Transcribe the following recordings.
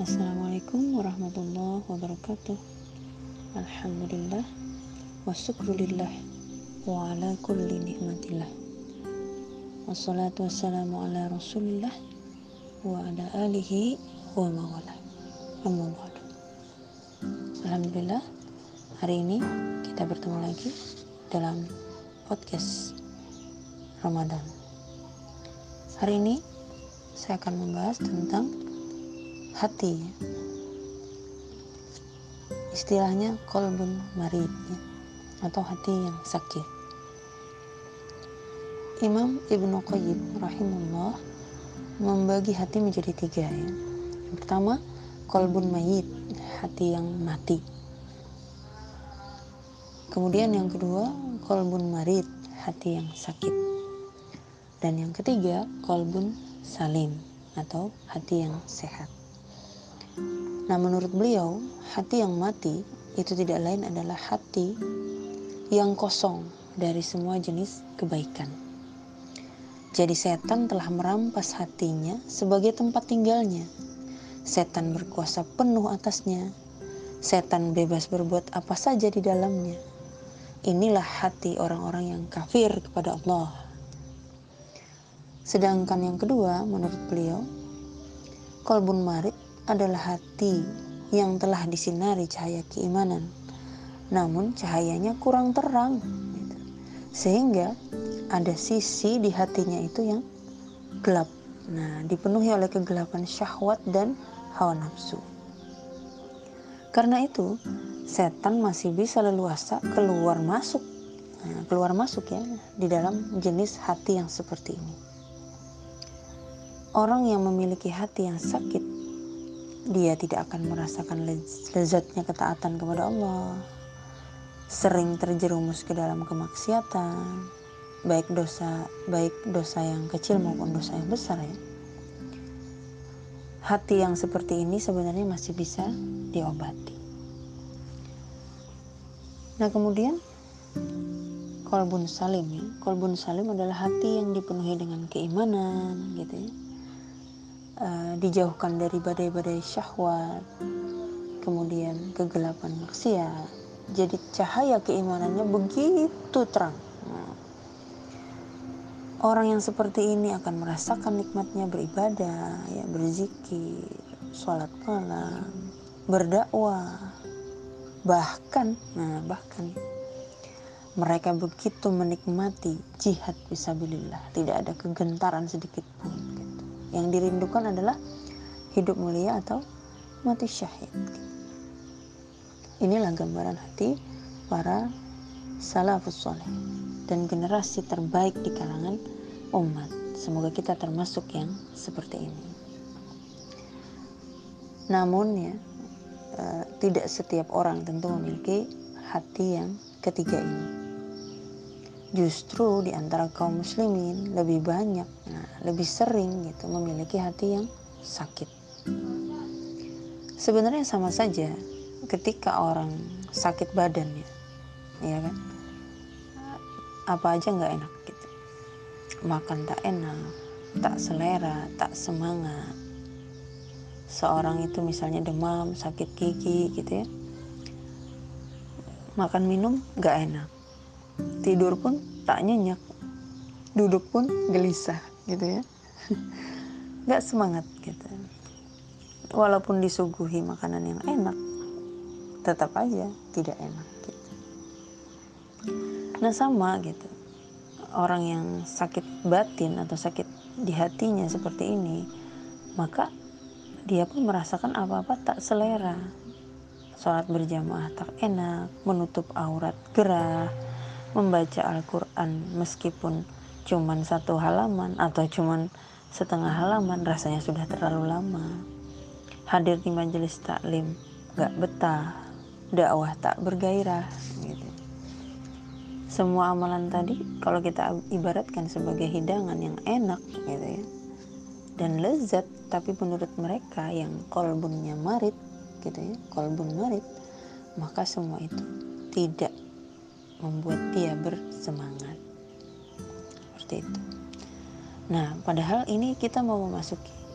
Assalamualaikum warahmatullahi wabarakatuh. Alhamdulillah wa syukrulillah wa ala kulli nikmatillah. Wassalatu wassalamu ala rasulillah wa ala alihi wa mawala. Amma ba'du. Alhamdulillah, hari ini kita bertemu lagi dalam podcast Ramadan. Hari ini saya akan membahas tentang hati, istilahnya qalbun marid, atau hati yang sakit. Imam Ibnu Qayyim rahimahullah membagi hati menjadi 3 ya. Yang pertama, qalbun mayyit, hati yang mati. Kemudian yang kedua, qalbun marid, hati yang sakit. Dan yang ketiga, qalbun salim, atau hati yang sehat. Nah, menurut beliau, hati yang mati itu tidak lain adalah hati yang kosong dari semua jenis kebaikan. Jadi setan telah merampas hatinya sebagai tempat tinggalnya. Setan berkuasa penuh atasnya. Setan bebas berbuat apa saja di dalamnya. Inilah hati orang-orang yang kafir kepada Allah. Sedangkan yang kedua, menurut beliau, qalbun marid adalah hati yang telah disinari cahaya keimanan, namun cahayanya kurang terang, sehingga ada sisi di hatinya itu yang gelap. Nah, dipenuhi oleh kegelapan syahwat dan hawa nafsu. Karena itu, setan masih bisa leluasa keluar masuk ya di dalam jenis hati yang seperti ini. Orang yang memiliki hati yang sakit, dia tidak akan merasakan lezatnya ketaatan kepada Allah, sering terjerumus ke dalam kemaksiatan, baik dosa yang kecil maupun dosa yang besar ya. Hati yang seperti ini sebenarnya masih bisa diobati. Nah, kemudian qalbun salim ya. Qalbun salim adalah hati yang dipenuhi dengan keimanan gitu ya. Dijauhkan dari badai-badai syahwat, kemudian kegelapan maksiat. Jadi cahaya keimanannya begitu terang. Orang yang seperti ini akan merasakan nikmatnya beribadah, ya, berzikir, sholat malam, berdakwah, bahkan mereka begitu menikmati jihad fisabilillah, tidak ada kegentaran sedikit pun. Yang dirindukan adalah hidup mulia atau mati syahid. Inilah gambaran hati para salafus saleh dan generasi terbaik di kalangan umat. Semoga kita termasuk yang seperti ini. Namun ya, tidak setiap orang tentu memiliki hati yang ketiga ini. Justru di antara kaum muslimin lebih banyak, lebih sering gitu memiliki hati yang sakit. Sebenarnya sama saja ketika orang sakit badan ya kan, apa aja nggak enak gitu, makan tak enak, tak selera, tak semangat. Seorang itu misalnya demam, sakit gigi gitu ya, makan minum nggak enak, tidur pun tak nyenyak, duduk pun gelisah gitu ya, nggak semangat gitu. Walaupun disuguhi makanan yang enak, tetap aja tidak enak gitu. Nah, sama gitu, orang yang sakit batin atau sakit di hatinya seperti ini, maka dia pun merasakan apa-apa tak selera. Sholat berjamaah tak enak, menutup aurat gerah, membaca Al-Quran meskipun cuman 1 halaman atau cuman setengah halaman rasanya sudah terlalu lama. Hadir di majelis taklim gak betah, dakwah tak bergairah gitu. Semua amalan tadi kalau kita ibaratkan sebagai hidangan yang enak gitu ya, dan lezat, tapi menurut mereka yang qalbunnya marid gitu ya, qalbun marid, maka semua itu tidak membuat dia bersemangat. Seperti itu. Nah, padahal ini kita mau memasuki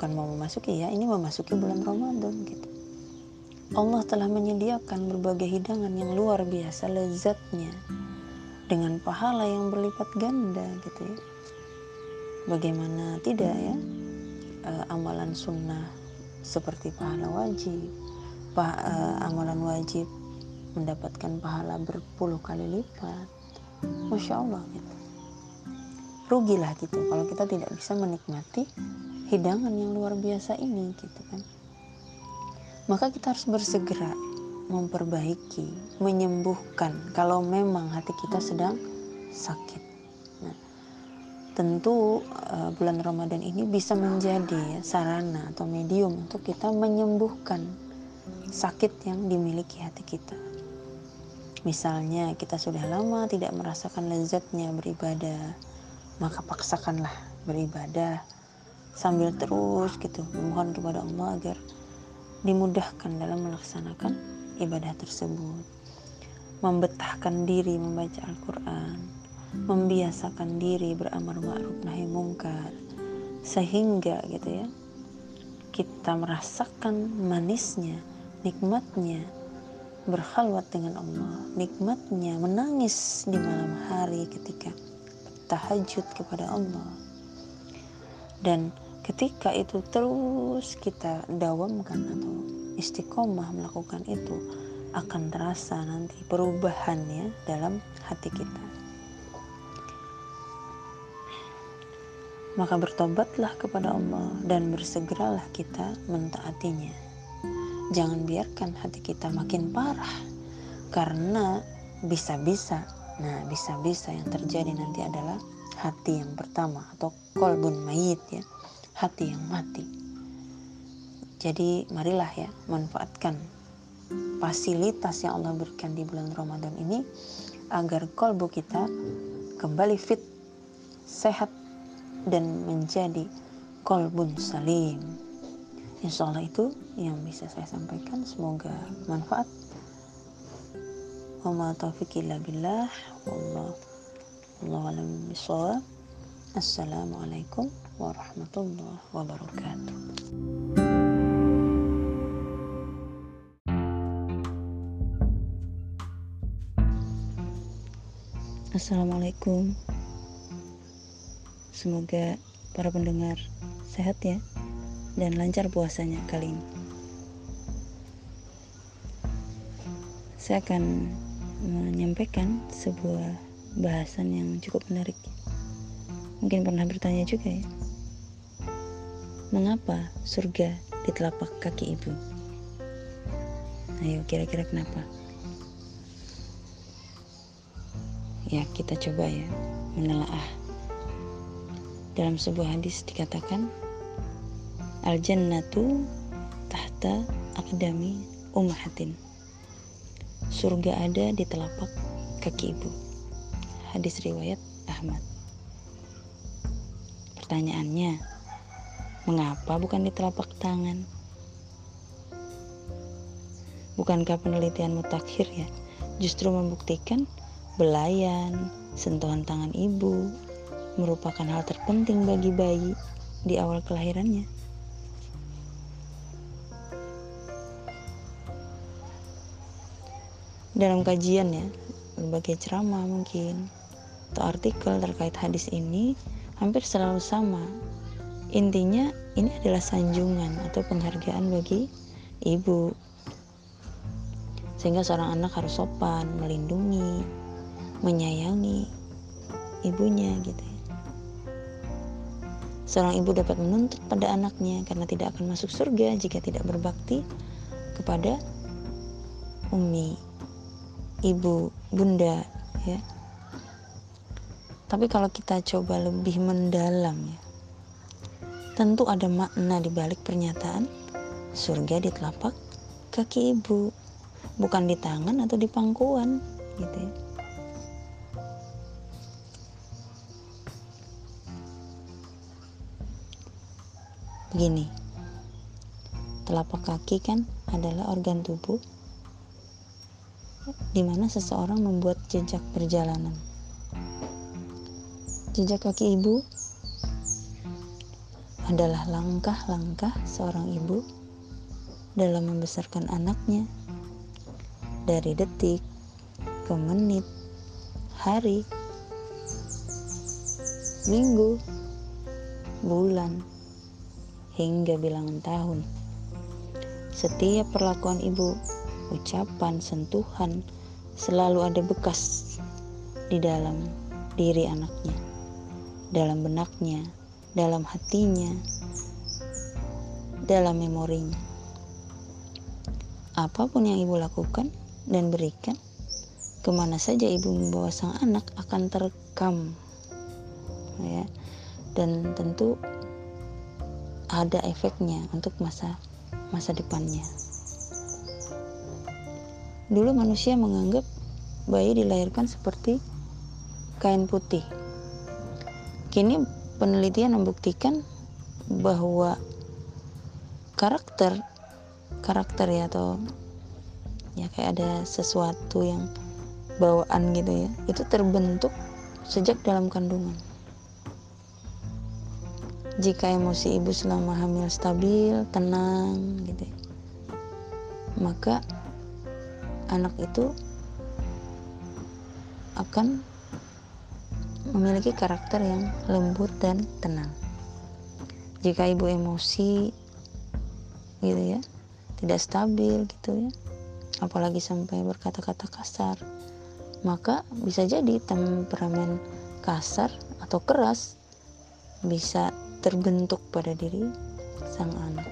bukan mau memasuki ya, ini memasuki bulan Ramadan gitu. Allah telah menyediakan berbagai hidangan yang luar biasa lezatnya dengan pahala yang berlipat ganda gitu ya. Bagaimana tidak ya, amalan sunnah seperti pahala wajib, amalan wajib mendapatkan pahala berpuluh kali lipat. Masya Allah gitu. Rugilah gitu kalau kita tidak bisa menikmati hidangan yang luar biasa ini gitu kan. Maka kita harus bersegera memperbaiki, menyembuhkan kalau memang hati kita sedang sakit. Nah, tentu bulan Ramadan ini bisa menjadi sarana atau medium untuk kita menyembuhkan sakit yang dimiliki hati kita. Misalnya kita sudah lama tidak merasakan lezatnya beribadah, maka paksakanlah beribadah sambil terus gitu memohon kepada Allah agar dimudahkan dalam melaksanakan ibadah tersebut. Membetahkan diri membaca Al-Quran, membiasakan diri beramar ma'ruf nahi mungkar, sehingga gitu ya kita merasakan manisnya, nikmatnya berkhalwat dengan Allah, nikmatnya menangis di malam hari ketika tahajud kepada Allah. Dan ketika itu terus kita dawamkan atau istiqomah melakukan itu, akan terasa nanti perubahannya dalam hati kita. Maka bertobatlah kepada Allah dan bersegeralah kita mentaatinya. Jangan biarkan hati kita makin parah, karena bisa-bisa yang terjadi nanti adalah hati yang pertama atau qalbun mayit ya, hati yang mati. Jadi marilah ya manfaatkan fasilitas yang Allah berikan di bulan Ramadan ini agar qalbu kita kembali fit, sehat, dan menjadi qalbun salim. Insya Allah itu yang bisa saya sampaikan, semoga manfaat. Wa ma taufiq illa billah, wallahu a'lam bishawab. Assalamualaikum warahmatullahi wabarakatuh. Assalamualaikum. Semoga para pendengar sehat ya dan lancar puasanya kali ini. Saya akan menyampaikan sebuah bahasan yang cukup menarik. Mungkin pernah bertanya juga ya, mengapa surga di telapak kaki ibu? Ayo, kira-kira kenapa? Ya, kita coba ya menelaah. Dalam sebuah hadis dikatakan, Al-jannatu tahta aqdami ummahatin. Surga ada di telapak kaki ibu. Hadis riwayat Ahmad. Pertanyaannya, mengapa bukan di telapak tangan? Bukankah penelitian mutakhir ya justru membuktikan belayan, sentuhan tangan ibu merupakan hal terpenting bagi bayi di awal kelahirannya? Dalam kajian ya, berbagai ceramah mungkin atau artikel terkait hadis ini hampir selalu sama. Intinya ini adalah sanjungan atau penghargaan bagi ibu, sehingga seorang anak harus sopan, melindungi, menyayangi ibunya gitu ya. Seorang ibu dapat menuntut pada anaknya karena tidak akan masuk surga jika tidak berbakti kepada ummi, ibu, bunda ya. Tapi kalau kita coba lebih mendalam ya, tentu ada makna di balik pernyataan surga di telapak kaki ibu, bukan di tangan atau di pangkuan gitu ya. Begini, telapak kaki kan adalah organ tubuh di mana seseorang membuat jejak perjalanan. Jejak kaki ibu adalah langkah-langkah seorang ibu dalam membesarkan anaknya dari detik ke menit, hari, minggu, bulan, hingga bilangan tahun. Setiap perlakuan ibu, ucapan, sentuhan selalu ada bekas di dalam diri anaknya, dalam benaknya, dalam hatinya, dalam memorinya. Apapun yang ibu lakukan dan berikan, kemana saja ibu membawa sang anak akan terekam, ya, dan tentu ada efeknya untuk masa depannya. Dulu manusia menganggap bayi dilahirkan seperti kain putih. Kini penelitian membuktikan bahwa karakter ya, atau ya kayak ada sesuatu yang bawaan gitu ya, itu terbentuk sejak dalam kandungan. Jika emosi ibu selama hamil stabil, tenang gitu ya, maka anak itu akan memiliki karakter yang lembut dan tenang. Jika ibu emosi gitu ya, tidak stabil gitu ya, apalagi sampai berkata-kata kasar, maka bisa jadi temperamen kasar atau keras bisa terbentuk pada diri sang anak.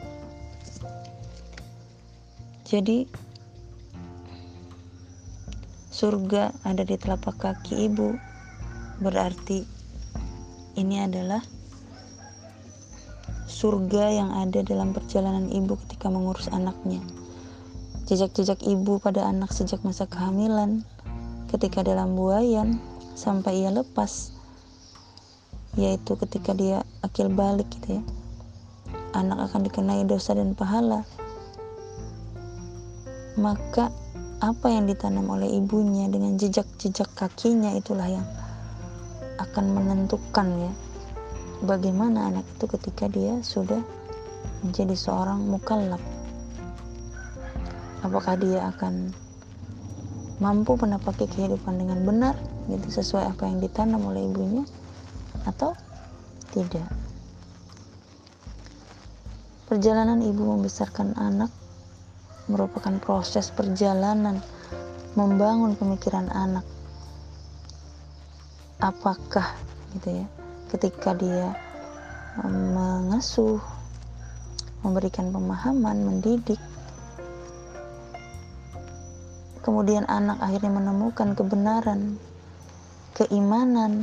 Jadi surga ada di telapak kaki ibu, berarti ini adalah surga yang ada dalam perjalanan ibu ketika mengurus anaknya. Jejak-jejak ibu pada anak sejak masa kehamilan, ketika dalam buayan, sampai ia lepas, yaitu ketika dia akil balik gitu ya. Anak akan dikenai dosa dan pahala. Maka apa yang ditanam oleh ibunya dengan jejak-jejak kakinya, itulah yang akan menentukan ya, bagaimana anak itu ketika dia sudah menjadi seorang mukallaf. Apakah dia akan mampu menapaki kehidupan dengan benar gitu, sesuai apa yang ditanam oleh ibunya, atau tidak. Perjalanan ibu membesarkan anak merupakan proses perjalanan membangun pemikiran anak. Apakah gitu ya, ketika dia mengasuh, memberikan pemahaman, mendidik, kemudian anak akhirnya menemukan kebenaran, keimanan,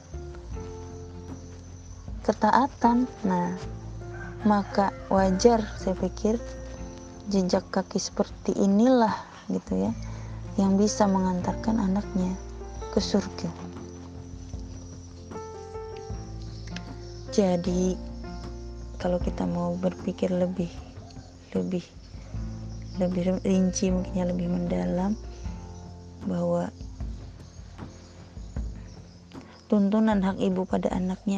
ketaatan, nah maka wajar saya pikir jejak kaki seperti inilah gitu ya yang bisa mengantarkan anaknya ke surga. Jadi kalau kita mau berpikir lebih rinci, mungkinnya lebih mendalam, bahwa tuntunan hak ibu pada anaknya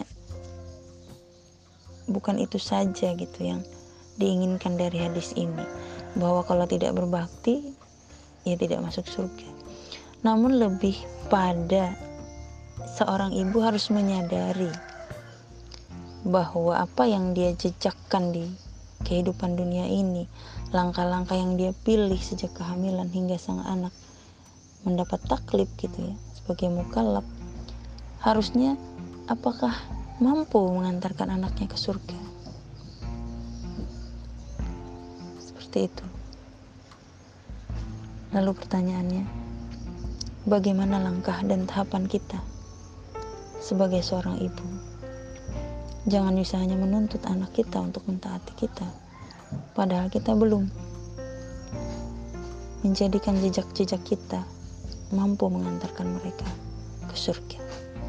bukan itu saja gitu yang diinginkan dari hadis ini, bahwa kalau tidak berbakti ya tidak masuk surga. Namun lebih pada seorang ibu harus menyadari bahwa apa yang dia jejakkan di kehidupan dunia ini, langkah-langkah yang dia pilih sejak kehamilan hingga sang anak mendapat taklif gitu ya sebagai mukallaf, harusnya apakah mampu mengantarkan anaknya ke surga. Seperti itu. Lalu pertanyaannya, bagaimana langkah dan tahapan kita sebagai seorang ibu? Jangan bisa hanya menuntut anak kita untuk mentaati kita, padahal kita belum menjadikan jejak-jejak kita mampu mengantarkan mereka ke surga.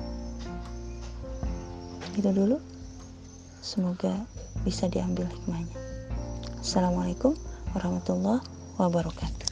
Itu dulu, semoga bisa diambil hikmahnya. Assalamualaikum warahmatullahi wabarakatuh.